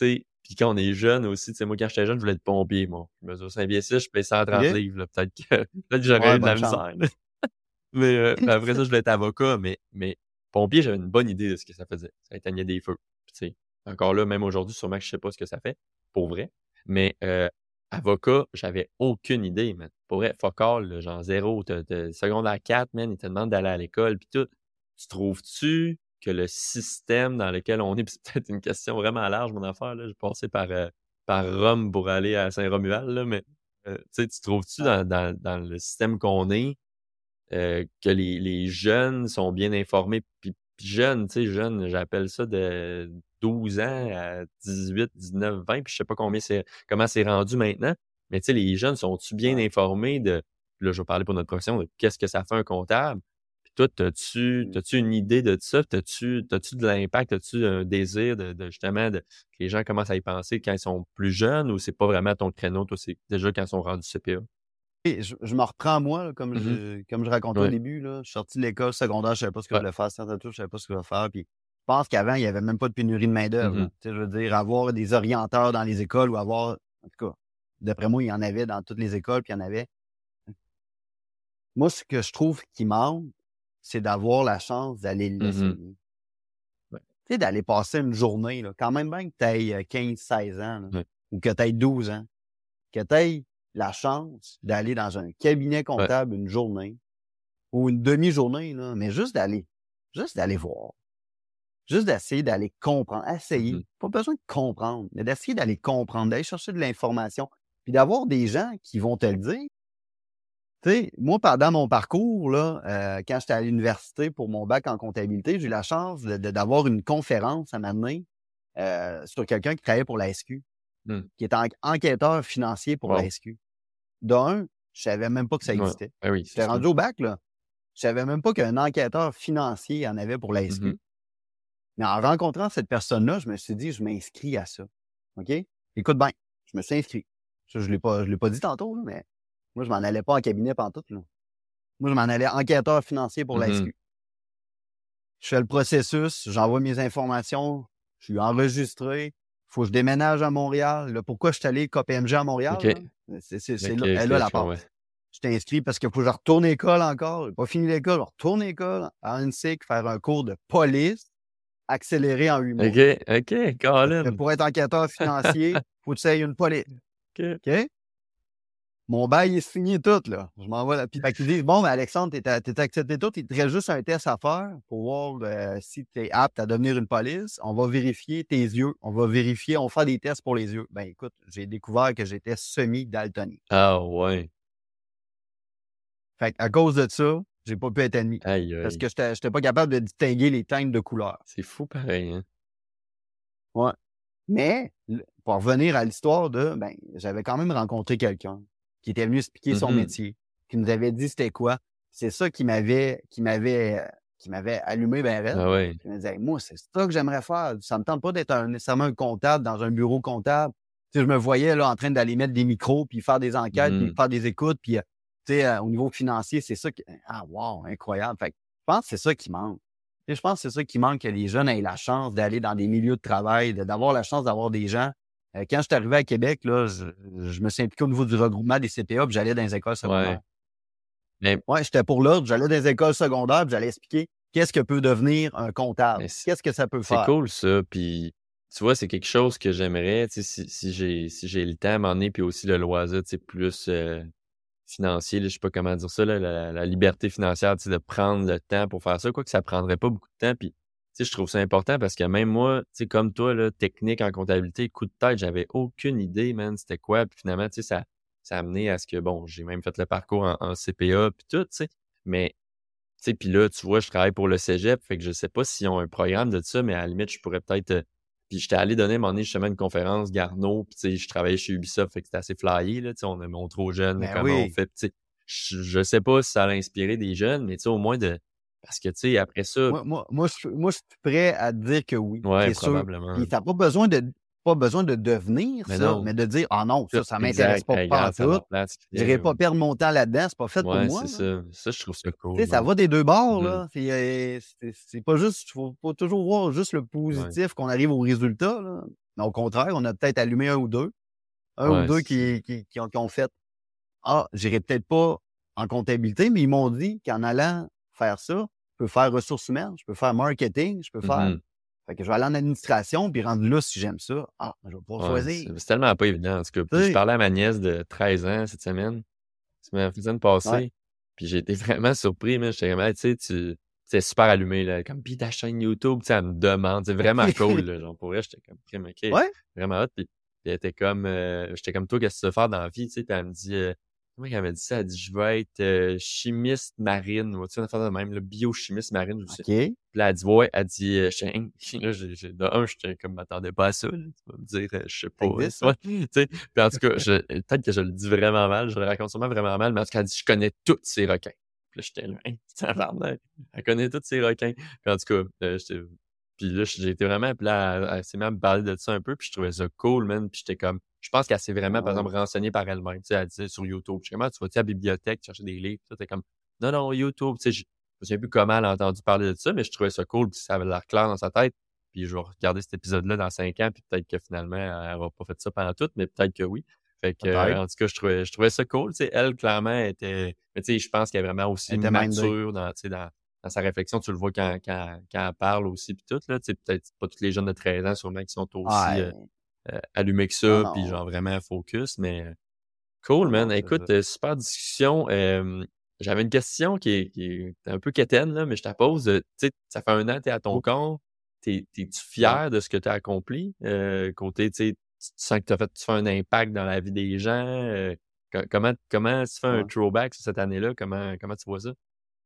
Puis quand on est jeune aussi, tu sais, moi, quand j'étais jeune, je voulais être pompier, moi. Je mesure 5 pieds 6, je paye 130 OK? livres, là. Peut-être que j'aurais eu de la bonne chance. misère, là. Mais puis après ça, je voulais être avocat, mais pompier, j'avais une bonne idée de ce que ça faisait. Ça éteignait des feux. Puis, tu sais, encore là, même aujourd'hui, sûrement que je sais pas ce que ça fait, pour vrai. Mais avocat, j'avais aucune idée, man. Pour vrai, fuck all, là, genre zéro. T'as secondaire 4, man, ils te demandent d'aller à l'école, puis tout. Tu trouves-tu que le système dans lequel on est, puis c'est peut-être une question vraiment large, mon affaire, là, j'ai passé par Rome pour aller à Saint-Romuald, là, mais tu sais, tu trouves-tu dans le système qu'on est, que les jeunes sont bien informés, puis jeunes, tu sais, jeunes, j'appelle ça de 12 ans à 18, 19, 20, puis je sais pas comment c'est rendu maintenant, mais tu sais, les jeunes sont-tu bien informés là, je vais parler pour notre profession, de qu'est-ce que ça fait un comptable? Puis toi, t'as-tu une idée de ça? T'as-tu de l'impact? As-tu un désir de justement que les gens commencent à y penser quand ils sont plus jeunes, ou c'est pas vraiment ton créneau, toi, c'est déjà quand ils sont rendus CPA? Et je me reprends moi, là, comme je racontais au Ouais. début, là. Je suis sorti de l'école secondaire, je savais pas ce que je Ouais. voulais faire, sciences naturelles, je savais pas ce que je voulais faire. Puis je pense qu'avant, il y avait même pas de pénurie de main-d'œuvre, là. Tu sais, je veux dire, avoir des orienteurs dans les écoles ou avoir, en tout cas, d'après moi, il y en avait dans toutes les écoles, puis il y en avait. Moi, ce que je trouve qui manque, c'est d'avoir la chance d'aller l'essayer. Ouais. Tu sais, d'aller passer une journée, là, quand même bien que tu aies 15, 16 ans, là, Ouais. ou que tu aies 12 ans, que tu aies la chance d'aller dans un cabinet comptable une journée ou une demi-journée, là, mais juste d'aller voir, juste d'essayer d'aller comprendre, essayer, pas besoin de comprendre, mais d'essayer d'aller comprendre, d'aller chercher de l'information, puis d'avoir des gens qui vont te le dire. Tu sais, moi, pendant mon parcours, là, quand j'étais à l'université pour mon bac en comptabilité, j'ai eu la chance d'avoir une conférence à un moment donné, sur quelqu'un qui travaillait pour la SQ, qui était enquêteur financier pour la SQ. D'un, je savais même pas que ça existait. Ah oui, J'étais rendu au bac, là. Je savais même pas qu'un enquêteur financier en avait pour la SQ. Mais en rencontrant cette personne-là, je me suis dit, je m'inscris à ça. OK? Écoute bien, je me suis inscrit. Ça, je l'ai pas dit tantôt, là, mais moi, je m'en allais pas en cabinet pantoute, là. Moi, je m'en allais enquêteur financier pour la SQ. Je fais le processus, j'envoie mes informations, je suis enregistré. Faut que je déménage à Montréal. Là, pourquoi je suis allé KPMG à Montréal? C'est là, elle a la passe. Je t'ai inscrit parce qu'il faut que je retourne à l'école encore. J'ai pas fini l'école, je retourne à l'école à ANSIC, faire un cours de police accéléré en 8 mois. OK, Colin. Pour être enquêteur financier, faut que tu aies une police. OK? Mon bail est signé tout, là. Je m'envoie la petite. Fait qu'ils disent, bon, ben Alexandre, t'es accepté tout, il te reste juste un test à faire pour voir si tu es apte à devenir une police. On va vérifier tes yeux. On va faire des tests pour les yeux. Ben écoute, j'ai découvert que j'étais semi-daltonien. Ah ouais. Fait à cause de ça, j'ai pas pu être admis. Aïe, aïe. Parce que j'étais pas capable de distinguer les teintes de couleurs. C'est fou pareil, hein? Ouais. Mais, pour revenir à l'histoire j'avais quand même rencontré quelqu'un qui était venu expliquer son métier, qui nous avait dit c'était quoi. C'est ça qui m'avait allumé ben raide. Ah ouais. Je me disais, moi, c'est ça que j'aimerais faire. Ça me tente pas d'être nécessairement un comptable dans un bureau comptable. Tu sais, je me voyais là en train d'aller mettre des micros, puis faire des enquêtes, puis faire des écoutes, puis tu sais, au niveau financier, c'est ça qui... Ah, wow, incroyable. Fait que je pense que c'est ça qui manque. Tu sais, je pense que c'est ça qui manque, que les jeunes aient la chance d'aller dans des milieux de travail, d'avoir la chance d'avoir des gens. Quand je suis arrivé à Québec, là, je me suis impliqué au niveau du regroupement des CPA, puis j'allais dans les écoles secondaires. Ouais, j'étais pour l'ordre, j'allais dans les écoles secondaires, puis j'allais expliquer qu'est-ce que peut devenir un comptable, qu'est-ce que ça peut faire. C'est cool, ça, puis tu vois, c'est quelque chose que j'aimerais, tu sais, si j'ai le temps à m'en aller, puis aussi le loisir, tu sais, plus financier, là, je sais pas comment dire ça, là, la liberté financière, tu sais, de prendre le temps pour faire ça, quoique ça prendrait pas beaucoup de temps, puis tu sais, je trouve ça important parce que même moi, tu sais, comme toi, là, technique en comptabilité, coup de tête, j'avais aucune idée, man, c'était quoi, puis finalement, tu sais, ça a amené à ce que, bon, j'ai même fait le parcours en CPA, puis tout, tu sais, mais tu sais, puis là, tu vois, je travaille pour le cégep, fait que je sais pas s'ils ont un programme de ça, mais à la limite, je pourrais peut-être... Puis j'étais allé donner à un moment donné justement une conférence Garneau, puis tu sais, je travaillais chez Ubisoft, fait que c'était assez flyé, là, tu sais, on est trop jeune, comment on fait, tu sais, je sais pas si ça a inspiré des jeunes, mais tu sais, au moins parce que, tu sais, après ça... Moi, je suis prêt à dire que oui, ouais, c'est probablement. Puis t'as pas besoin de devenir mais ça, non. Mais de dire, ah non, ça m'intéresse pas en tout. J'irai pas perdre mon temps là-dedans, c'est pas fait pour moi. C'est ça. Ça, je trouve ça cool. Tu sais, ça va des deux bords, là. C'est pas juste, faut pas toujours voir juste le positif qu'on arrive au résultat, là. Mais au contraire, on a peut-être allumé un ou deux qui ont fait « Ah, j'irai peut-être pas en comptabilité, mais ils m'ont dit qu'en allant faire ça, je peux faire ressources humaines, je peux faire marketing, je peux faire... Fait que je vais aller en administration, puis rendu là, si j'aime ça, je vais pouvoir choisir. » C'est tellement pas évident, en tout cas. Puis je parlais à ma nièce de 13 ans cette semaine. Ça m'a fait de passer. Puis j'ai été vraiment surpris, mais j'étais vraiment, tu sais, c'est super allumé, là. Comme, puis ta chaîne YouTube, tu sais, elle me demande. C'est vraiment cool, là. Genre, pour vrai, j'étais comme, OK, vraiment hot. Puis elle était comme, j'étais comme, toi, qu'est-ce que tu veux faire dans la vie, tu sais? Puis elle me dit, comment elle m'a dit ça? Elle dit, je veux être chimiste marine. Tu sais, on a fait de même, le biochimiste marine. OK. Puis là, elle dit, ouais, elle dit, j'étais comme, m'attendais pas à ça, là. Tu vas me dire, je sais pas. Tu sais, puis en tout cas, peut-être que je le dis vraiment mal, je le raconte sûrement vraiment mal, mais en tout cas, elle dit, je connais tous ces requins. Puis là, j'étais là, tabarnak, elle connaît tous ces requins. Puis en tout cas, puis là, j'ai été vraiment, puis là, elle s'est même à me parler de ça un peu, puis je trouvais ça cool, man. Puis j'étais comme, je pense qu'elle s'est vraiment, par exemple, renseignée par elle-même. Tu sais, elle disait sur YouTube, je sais comment, tu vas-tu à la bibliothèque chercher des livres? T'es comme, non, YouTube, tu sais, je me souviens plus comment elle a entendu parler de ça, mais je trouvais ça cool, puis ça avait l'air clair dans sa tête. Puis je vais regarder cet épisode-là dans 5 ans, puis peut-être que finalement, elle n'aura pas fait ça pendant tout, mais peut-être que oui. Fait que, en tout cas, je trouvais ça cool. Tu sais, elle, clairement, était... Mais tu sais, je pense qu'elle est vraiment aussi mature dans sa réflexion. Tu le vois quand elle parle aussi, puis tout, là. Tu sais, peut-être pas tous les jeunes de 13 ans, sûrement, qui sont aussi allumés que ça, puis genre vraiment focus, mais cool, man. Écoute, super discussion. J'avais une question qui est un peu quétaine, là, mais je te la pose. Tu sais, ça fait 1 an que t'es à ton compte. T'es-tu fier de ce que tu as accompli? Côté, tu sais, tu sens que tu fais un impact dans la vie des gens. Comment tu fais un throwback sur cette année-là? Comment tu vois ça?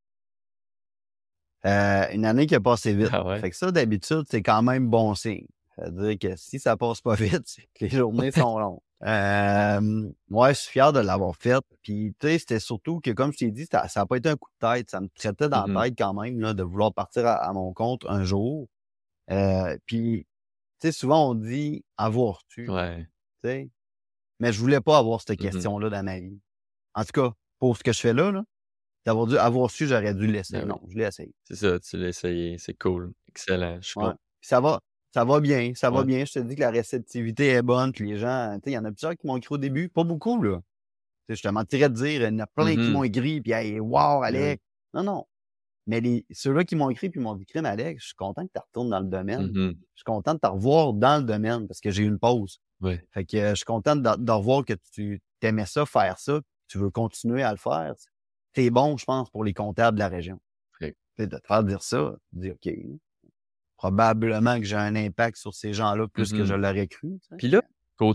Une année qui a passé vite. Ah ouais. Fait que ça, d'habitude, c'est quand même bon signe. C'est-à-dire que si ça passe pas vite, c'est que les journées sont longues. Ouais, je suis fier de l'avoir fait. Puis, tu sais, c'était surtout que, comme je t'ai dit, ça n'a pas été un coup de tête. Ça me traitait dans la tête quand même, là, de vouloir partir à mon compte un jour. Puis, tu sais, souvent, on dit « avoir-tu ». Ouais. Tu sais, mais je voulais pas avoir cette question-là dans ma vie. En tout cas, pour ce que je fais là, d'avoir dû avoir su, j'aurais dû l'essayer. Non, je l'ai essayé. C'est ça, tu l'as essayé. C'est cool. Excellent. Je suis content. Ça va bien. Ça va bien. Je te dis que la réceptivité est bonne, que les gens, tu sais, il y en a plusieurs qui m'ont écrit au début. Pas beaucoup, là. Tu sais, je te mentirais de dire, il y en a plein qui m'ont écrit, puis hey, wow, Alex. Non. Mais ceux-là qui m'ont écrit puis m'ont dit, crème, Alex, je suis content que tu retournes dans le domaine. Je suis content de te revoir dans le domaine parce que j'ai eu une pause. Fait que je suis content de revoir que tu t'aimais ça, faire ça, tu veux continuer à le faire. C'est bon, je pense, pour les comptables de la région. De te faire dire ça, de dire, OK, probablement que j'ai un impact sur ces gens-là plus que je l'aurais cru. Puis là,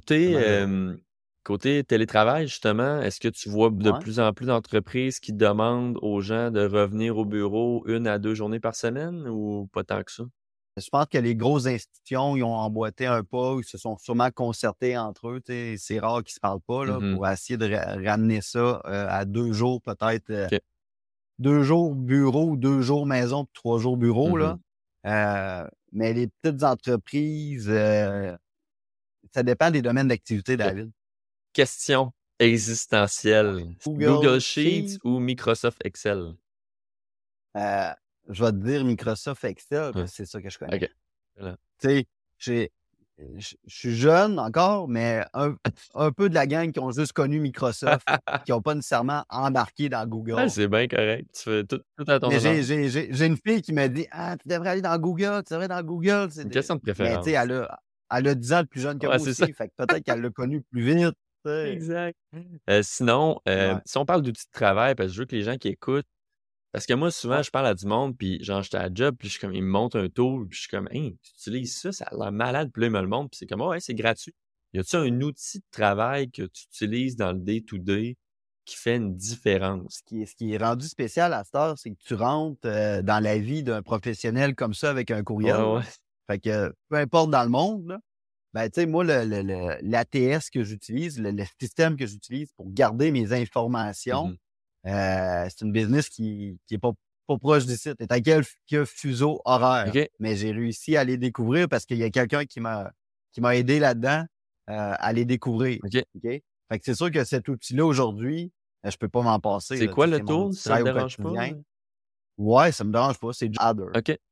côté télétravail, justement, est-ce que tu vois de plus en plus d'entreprises qui demandent aux gens de revenir au bureau 1 à 2 journées par semaine ou pas tant que ça? Je pense que les grosses institutions, ils ont emboîté un pas, ils se sont sûrement concertés entre eux. C'est rare qu'ils se parlent pas là, pour essayer de ramener ça à 2 jours peut-être. 2 jours bureau, 2 jours maison, puis 3 jours bureau. Là. Mais les petites entreprises, ça dépend des domaines d'activité, David. Question existentielle. Google Sheets ou Microsoft Excel? Je vais te dire Microsoft Excel, parce que c'est ça que je connais. Okay. Voilà. Tu sais, je suis jeune encore, mais un peu de la gang qui ont juste connu Microsoft, qui n'ont pas nécessairement embarqué dans Google. Ouais, c'est bien correct. Tu fais tout à ton Mais j'ai une fille qui m'a dit « Ah, tu devrais aller dans Google, tu devrais aller dans Google. » C'est une question de préférence. Mais tu sais, elle a 10 ans de plus jeune que moi aussi, fait que peut-être qu'elle l'a connu plus vite. Exact. Sinon, si on parle d'outils de travail, parce que je veux que les gens qui écoutent, parce que moi, souvent, je parle à du monde, puis genre, j'étais à la job, puis je suis comme, ils me montrent un tool, puis je suis comme, hey, tu utilises ça, ça a l'air malade, puis là, ils me le montrent, puis c'est comme, ouais, c'est gratuit. Y a-tu un outil de travail que tu utilises dans le day-to-day qui fait une différence? Ce qui est rendu spécial à cette heure, c'est que tu rentres dans la vie d'un professionnel comme ça avec un courriel. Ouais. Fait que, peu importe dans le monde, là, ben, tu sais, moi, l'ATS que j'utilise, le système que j'utilise pour garder mes informations, c'est une business qui est pas proche du site. C'est à quelques fuseaux horaires. Mais j'ai réussi à les découvrir parce qu'il y a quelqu'un qui m'a aidé là-dedans à les découvrir. Fait que c'est sûr que cet outil-là, aujourd'hui, je peux pas m'en passer. C'est quoi le tool? Ça te dérange pas? Ouais, ça me dérange pas. C'est Adder.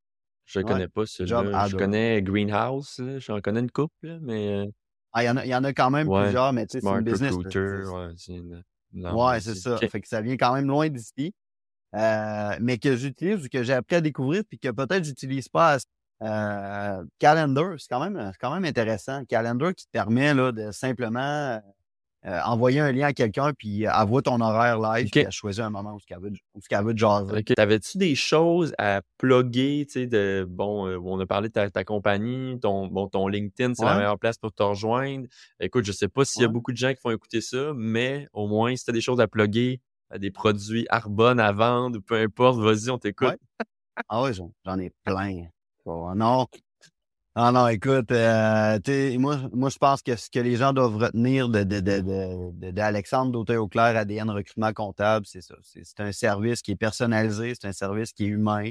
Je connais pas Job celui-là. Je Adder. connais Greenhouse, là. J'en connais une couple, là, mais Il y en a quand même ouais, plusieurs, mais tu sais, c'est Smart une business. Recruiter, ouais, c'est une Ouais, c'est aussi. ça. OK. Fait que ça vient quand même loin d'ici. Mais que j'utilise ou que j'ai appris à découvrir puis que peut-être j'utilise pas assez. Calendar, c'est quand même intéressant. Calendar qui te permet là, de simplement envoyer un lien à quelqu'un puis elle voit ton horaire live puis OK. elle choisit un moment où elle veut te jaser. OK. T'avais-tu des choses à plugger, tu sais, on a parlé de ta compagnie, ton LinkedIn, c'est la Ouais, meilleure place pour te rejoindre. Écoute, je sais pas s'il y a ouais. beaucoup de gens qui vont écouter ça, mais au moins, si t'as des choses à plugger, des produits Arbonne à vendre ou peu importe, vas-y, on t'écoute. Ouais. Ah ouais, j'en ai plein. Oh, non. Ah non, écoute, moi, je pense que ce que les gens doivent retenir d'Alexandre Dautin-Auclair, ADN Recrutement Comptable, c'est ça. C'est un service qui est personnalisé, c'est un service qui est humain.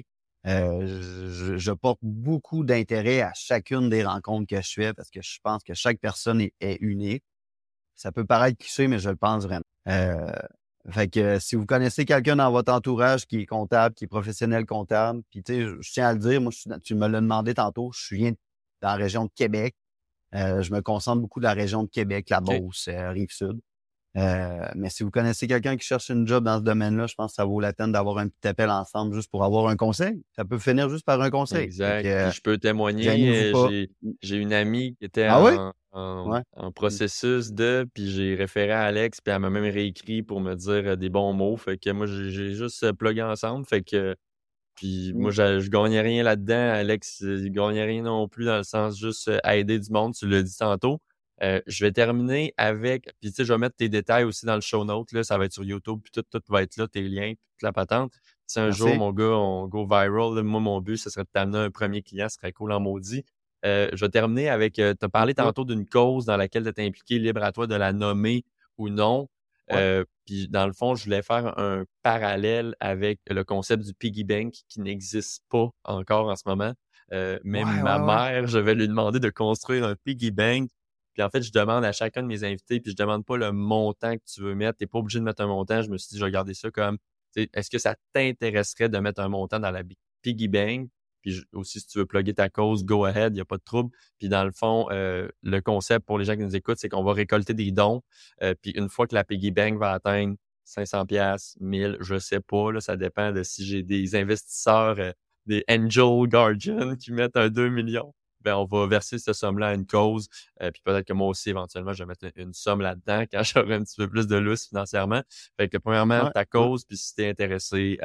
Je porte beaucoup d'intérêt à chacune des rencontres que je fais parce que je pense que chaque personne est unique. Ça peut paraître cliché, mais je le pense vraiment. Fait que si vous connaissez quelqu'un dans votre entourage qui est comptable, qui est professionnel comptable, puis tu sais, je tiens à le dire, moi, tu me l'as demandé tantôt, je viens dans la région de Québec. Je me concentre beaucoup de la région de Québec, la OK. Beauce, Rive-Sud. Mais si vous connaissez quelqu'un qui cherche une job dans ce domaine-là, je pense que ça vaut la peine d'avoir un petit appel ensemble juste pour avoir un conseil. Ça peut finir juste par un conseil. Exact. Fait que, Puis je peux témoigner, gênez-vous pas. j'ai une amie qui était Ah oui? Ouais. en processus puis j'ai référé à Alex, puis elle m'a même réécrit pour me dire des bons mots. Fait que moi, j'ai juste plugué ensemble. Fait que, puis moi, je gagnais rien là-dedans. Alex, il gagnait rien non plus dans le sens juste aider du monde. Tu l'as dit tantôt. Je vais terminer avec, puis tu sais, je vais mettre tes détails aussi dans le show note, là. Ça va être sur YouTube, puis tout va être là, tes liens, toute la patente. Si un jour, Merci. mon gars, on go viral, là, moi, mon but, ce serait de t'amener un premier client, ce serait cool en maudit. Je vais terminer avec, tu as parlé tantôt d'une cause dans laquelle tu es impliqué, libre à toi de la nommer ou non. Ouais. Puis dans le fond, je voulais faire un parallèle avec le concept du piggy bank qui n'existe pas encore en ce moment. Mais ma Ouais. mère, je vais lui demander de construire un piggy bank. Puis en fait, je demande à chacun de mes invités, puis je demande pas le montant que tu veux mettre. T'es pas obligé de mettre un montant. Je me suis dit, je vais garder ça comme, est-ce que ça t'intéresserait de mettre un montant dans la piggy bank? Puis aussi, si tu veux plugger ta cause, go ahead, il n'y a pas de trouble. Puis dans le fond, le concept pour les gens qui nous écoutent, c'est qu'on va récolter des dons. Puis une fois que la piggy bank va atteindre 500 pièces, 1000, je sais pas, là, ça dépend de si j'ai des investisseurs, des angel guardians qui mettent un 2 millions. Ben, on va verser cette somme-là à une cause. Puis peut-être que moi aussi, éventuellement, je vais mettre une somme là-dedans quand j'aurai un petit peu plus de lousse financièrement. Fait que premièrement, ta cause, puis si t'es intéressé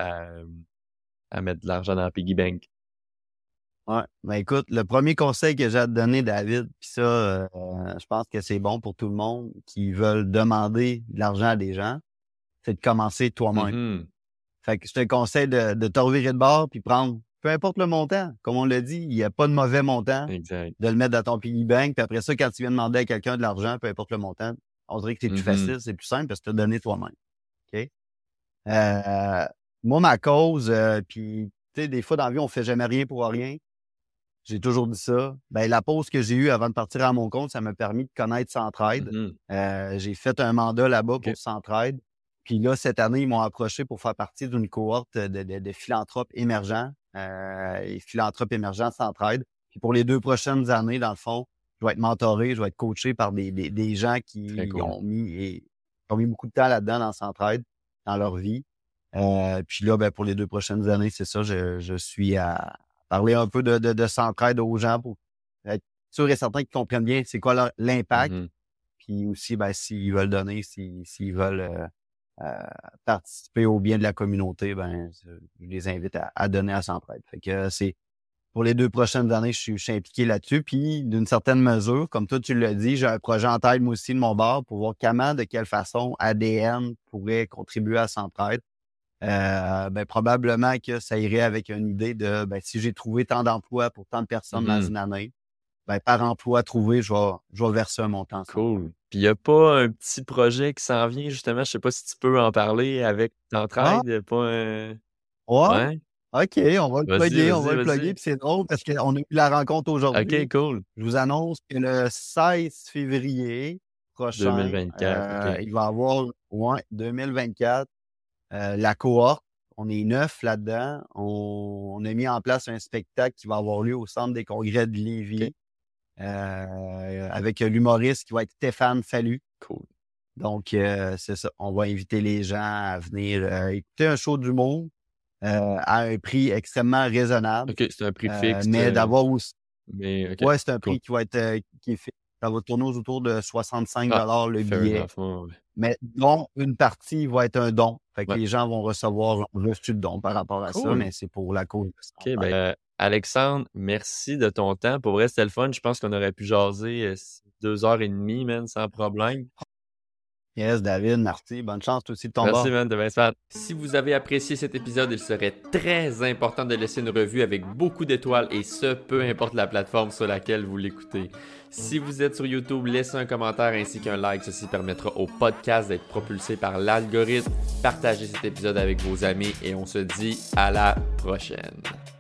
à mettre de l'argent dans la piggy bank. Ouais. Ben écoute, le premier conseil que j'ai à te donner, David, puis ça, je pense que c'est bon pour tout le monde qui veulent demander de l'argent à des gens, c'est de commencer toi-même. Mm-hmm. Fait que je te conseille de te revirer de bord puis prendre peu importe le montant. Comme on l'a dit, il n'y a pas de mauvais montant. Exact. De le mettre dans ton piggy bank. Puis après ça, quand tu viens demander à quelqu'un de l'argent, peu importe le montant, on dirait que c'est plus facile, c'est plus simple parce que tu as donné toi-même. OK? Moi, ma cause, puis tu sais, des fois dans la vie, on fait jamais rien pour rien. J'ai toujours dit ça. Ben, la pause que j'ai eue avant de partir à mon compte, ça m'a permis de connaître Centraide. J'ai fait un mandat là-bas pour Centraide. Puis là, cette année, ils m'ont approché pour faire partie d'une cohorte de philanthropes émergents. Et philanthropes émergents Centraide. Puis pour les 2 prochaines années, dans le fond, je vais être mentoré, je vais être coaché par des gens qui ont mis beaucoup de temps là-dedans dans Centraide, dans leur vie. Puis là, ben, pour les 2 prochaines années, c'est ça, je suis à parler un peu de Centraide aux gens pour être sûr et certain qu'ils comprennent bien c'est quoi l'impact. Puis aussi, ben, s'ils veulent donner, s'ils veulent participer au bien de la communauté, ben, je les invite à donner à Centraide. Fait que c'est pour les 2 prochaines années, je suis impliqué là-dessus. Puis, d'une certaine mesure, comme toi, tu l'as dit, j'ai un projet en tête, moi aussi, de mon bord, pour voir comment, de quelle façon ADN pourrait contribuer à Centraide. Ben, probablement que ça irait avec une idée de, ben, si j'ai trouvé tant d'emplois pour tant de personnes dans une année, ben, par emploi trouvé, je vais verser un montant. Cool. Puis il n'y a pas un petit projet qui s'en vient, justement, je sais pas si tu peux en parler avec Centraide, pas un... Ouais. OK, on va le plugger, Vas-y. puis c'est drôle parce qu'on a eu la rencontre aujourd'hui. OK, cool. Je vous annonce que le 16 février prochain, 2024, OK. il va y avoir, 2024, la cohorte. On est 9 là-dedans. On a mis en place un spectacle qui va avoir lieu au Centre des congrès de Lévis avec l'humoriste qui va être Stéphane Fallu. Cool. Donc, c'est ça. On va inviter les gens à venir écouter un show d'humour à un prix extrêmement raisonnable. OK, c'est un prix fixe. Mais d'avoir aussi... Mais, OK. Ouais, c'est un prix qui va être qui est fixe. Ça va tourner autour de 65 le billet. Mais dont une partie va être un don. Fait que les gens vont recevoir un reçu de don par rapport à ça, mais c'est pour la cause. OK, Alexandre, merci de ton temps. Pour vrai, c'était le fun. Je pense qu'on aurait pu jaser 2h30, man, sans problème. Yes, David, merci. Bonne chance aussi de ton bord. Merci, man, de bien smart. Si vous avez apprécié cet épisode, il serait très important de laisser une revue avec beaucoup d'étoiles et ce, peu importe la plateforme sur laquelle vous l'écoutez. Si vous êtes sur YouTube, laissez un commentaire ainsi qu'un like. Ceci permettra au podcast d'être propulsé par l'algorithme. Partagez cet épisode avec vos amis et on se dit à la prochaine.